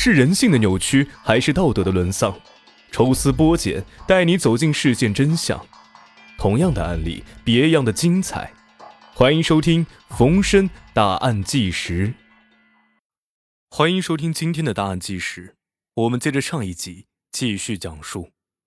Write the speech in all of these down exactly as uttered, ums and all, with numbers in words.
是人性的扭曲，还是道德的沦丧？抽丝剥茧，带你走进事件真相。同样的案例，别样的精彩。欢迎收听冯生大案纪实。欢迎收听今天的大案纪实，我们接着上一集继续讲述。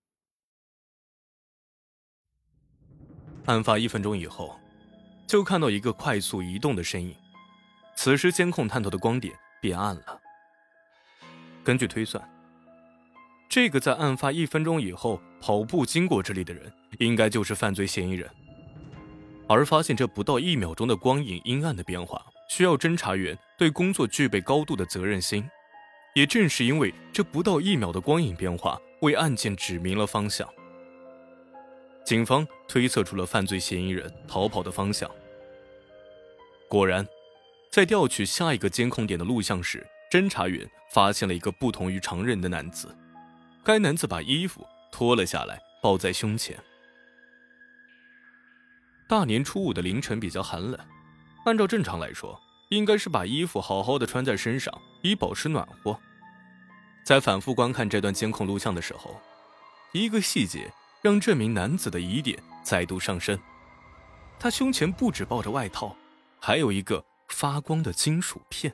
案发一分钟以后，就看到一个快速移动的身影。此时监控探头的光点变暗了。根据推算，这个在案发一分钟以后跑步经过这里的人，应该就是犯罪嫌疑人。而发现这不到一秒钟的光影阴暗的变化，需要侦查员对工作具备高度的责任心。也正是因为这不到一秒的光影变化，为案件指明了方向。警方推测出了犯罪嫌疑人逃跑的方向。果然，在调取下一个监控点的录像时，侦查员发现了一个不同于常人的男子。该男子把衣服脱了下来，抱在胸前。大年初五的凌晨比较寒冷，按照正常来说，应该是把衣服好好的穿在身上，以保持暖和。在反复观看这段监控录像的时候，一个细节让这名男子的疑点再度上升。他胸前不止抱着外套，还有一个发光的金属片。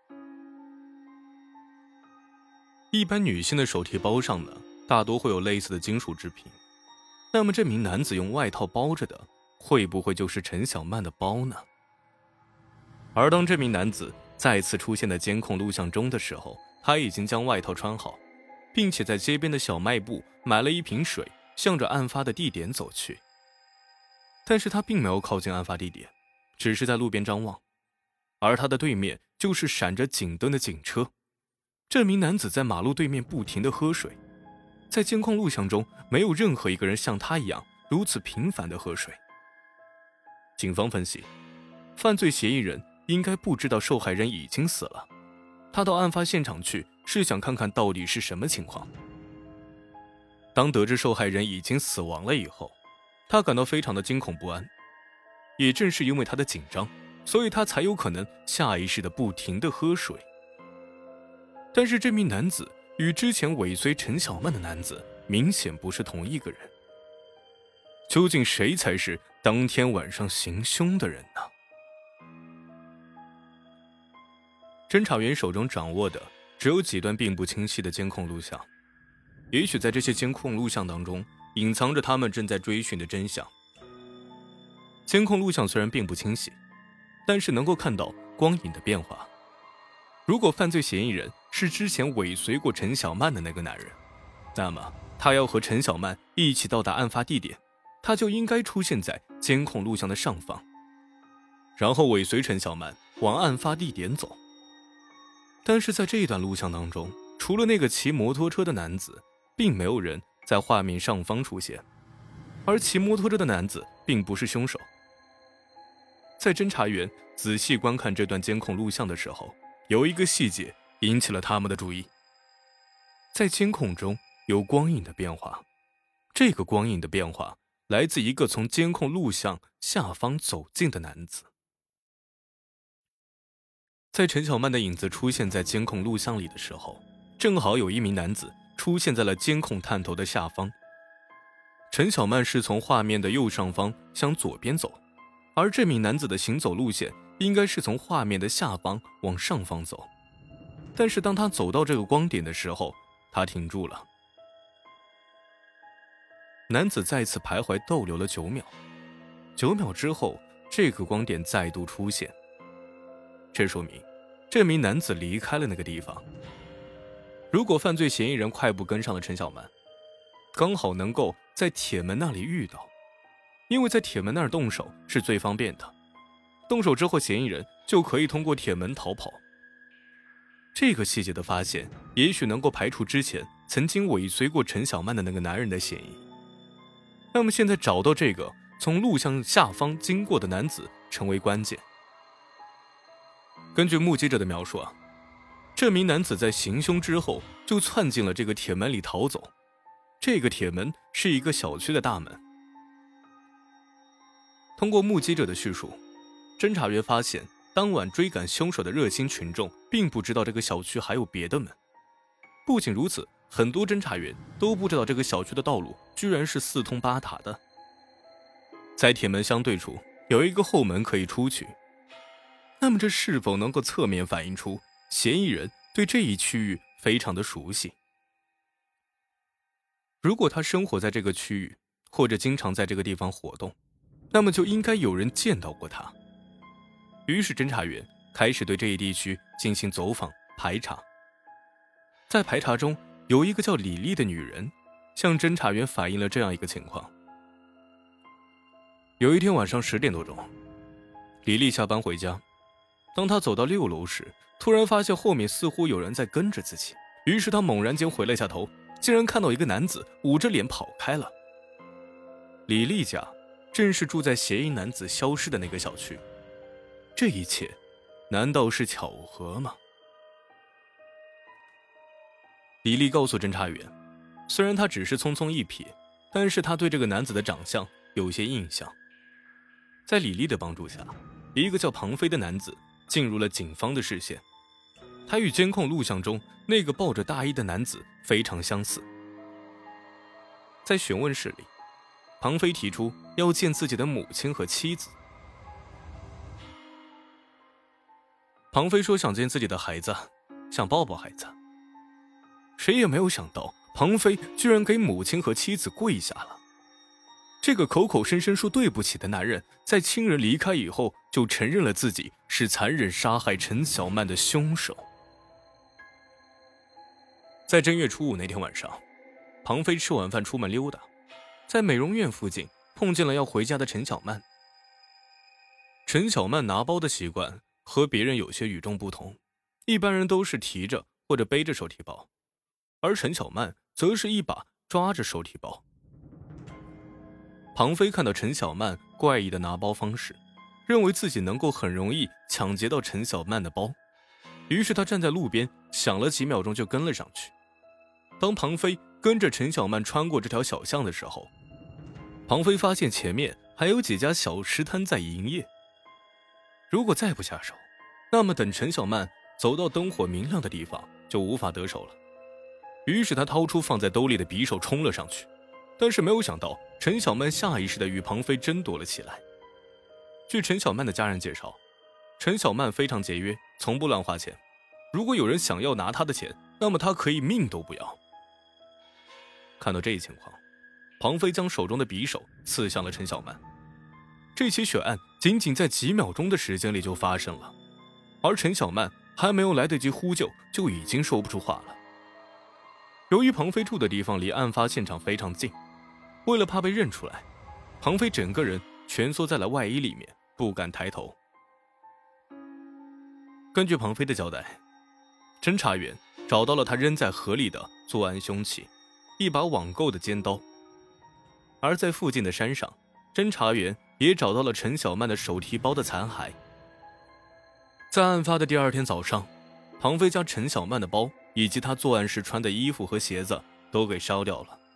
一般女性的手提包上呢，大多会有类似的金属制品。那么这名男子用外套包着的，会不会就是陈小曼的包呢？而当这名男子再次出现在监控录像中的时候，他已经将外套穿好，并且在街边的小卖部买了一瓶水，向着案发的地点走去。但是他并没有靠近案发地点，只是在路边张望。而他的对面就是闪着警灯的警车。这名男子在马路对面不停地喝水，在监控录像中没有任何一个人像他一样如此频繁地喝水。警方分析，犯罪嫌疑人应该不知道受害人已经死了，他到案发现场去是想看看到底是什么情况。当得知受害人已经死亡了以后，他感到非常的惊恐不安。也正是因为他的紧张，所以他才有可能下意识地不停地喝水。但是这名男子与之前尾随陈小曼的男子明显不是同一个人。究竟谁才是当天晚上行凶的人呢？侦查员手中掌握的只有几段并不清晰的监控录像，也许在这些监控录像当中隐藏着他们正在追寻的真相。监控录像虽然并不清晰，但是能够看到光影的变化。如果犯罪嫌疑人是之前尾随过陈小曼的那个男人，那么他要和陈小曼一起到达案发地点，他就应该出现在监控录像的上方，然后尾随陈小曼往案发地点走。但是在这一段录像当中，除了那个骑摩托车的男子，并没有人在画面上方出现，而骑摩托车的男子并不是凶手。在侦查员仔细观看这段监控录像的时候，有一个细节引起了他们的注意。在监控中有光影的变化，这个光影的变化来自一个从监控录像下方走近的男子。在陈小曼的影子出现在监控录像里的时候，正好有一名男子出现在了监控探头的下方。陈小曼是从画面的右上方向左边走，而这名男子的行走路线应该是从画面的下方往上方走。但是当他走到这个光点的时候，他停住了。男子再次徘徊逗留了九秒，九秒之后，这个光点再度出现。这说明这名男子离开了那个地方。如果犯罪嫌疑人快步跟上了陈小曼，刚好能够在铁门那里遇到，因为在铁门那儿动手是最方便的，动手之后嫌疑人就可以通过铁门逃跑。这个细节的发现，也许能够排除之前曾经尾随过陈小曼的那个男人的嫌疑。那么现在找到这个从录像下方经过的男子成为关键。根据目击者的描述啊，这名男子在行凶之后就窜进了这个铁门里逃走。这个铁门是一个小区的大门。通过目击者的叙述，侦查员发现当晚追赶凶手的热心群众并不知道这个小区还有别的门， 不仅如此，很多侦查员都不知道这个小区的道路居然是四通八达的。在铁门相对处有一个后门可以出去，那么这是否能够侧面反映出嫌疑人对这一区域非常的熟悉？如果他生活在这个区域，或者经常在这个地方活动，那么就应该有人见到过他。于是侦查员开始对这一地区进行走访排查。在排查中，有一个叫李丽的女人向侦查员反映了这样一个情况。有一天晚上十点多钟，李丽下班回家，当她走到六楼时，突然发现后面似乎有人在跟着自己，于是她猛然间回了下头，竟然看到一个男子捂着脸跑开了。李丽家正是住在嫌疑男子消失的那个小区，这一切难道是巧合吗？李丽告诉侦查员，虽然她只是匆匆一瞥，但是她对这个男子的长相有些印象。在李丽的帮助下，一个叫庞飞的男子进入了警方的视线。他与监控录像中那个抱着大衣的男子非常相似。在询问室里，庞飞提出要见自己的母亲和妻子。庞飞说想见自己的孩子，想抱抱孩子。谁也没有想到，庞飞居然给母亲和妻子跪下了。这个口口声声说对不起的男人，在亲人离开以后，就承认了自己是残忍杀害陈小曼的凶手。在正月初五那天晚上，庞飞吃晚饭出门溜达，在美容院附近碰见了要回家的陈小曼。陈小曼拿包的习惯和别人有些与众不同，一般人都是提着或者背着手提包，而陈小曼则是一把抓着手提包。庞飞看到陈小曼怪异的拿包方式，认为自己能够很容易抢劫到陈小曼的包，于是他站在路边想了几秒钟就跟了上去。当庞飞跟着陈小曼穿过这条小巷的时候，庞飞发现前面还有几家小吃摊在营业。如果再不下手，那么等陈小曼走到灯火明亮的地方就无法得手了。于是他掏出放在兜里的匕首冲了上去，但是没有想到陈小曼下意识地与庞飞争夺了起来。据陈小曼的家人介绍，陈小曼非常节约，从不乱花钱，如果有人想要拿她的钱，那么她可以命都不要。看到这一情况，庞飞将手中的匕首刺向了陈小曼。这起血案仅仅在几秒钟的时间里就发生了，而陈小曼还没有来得及呼救，就已经说不出话了。由于庞飞住的地方离案发现场非常近，为了怕被认出来，庞飞整个人蜷缩在了外衣里面，不敢抬头。根据庞飞的交代，侦查员找到了他扔在河里的作案凶器，一把网购的尖刀。而在附近的山上，侦查员也找到了陈小曼的手提包的残骸。在案发的第二天早上，庞飞将陈小曼的包以及他作案时穿的衣服和鞋子都给烧掉了。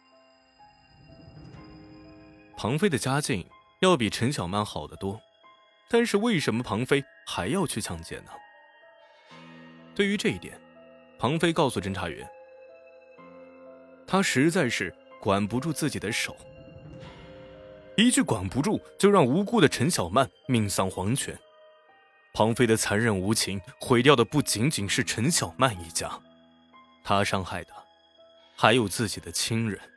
庞飞的家境要比陈小曼好得多，但是为什么庞飞还要去抢劫呢？对于这一点，庞飞告诉侦查员，他实在是管不住自己的手，一句管不住就让无辜的陈小曼命丧黄泉。庞飞的残忍无情毁掉的不仅仅是陈小曼一家，他伤害的还有自己的亲人。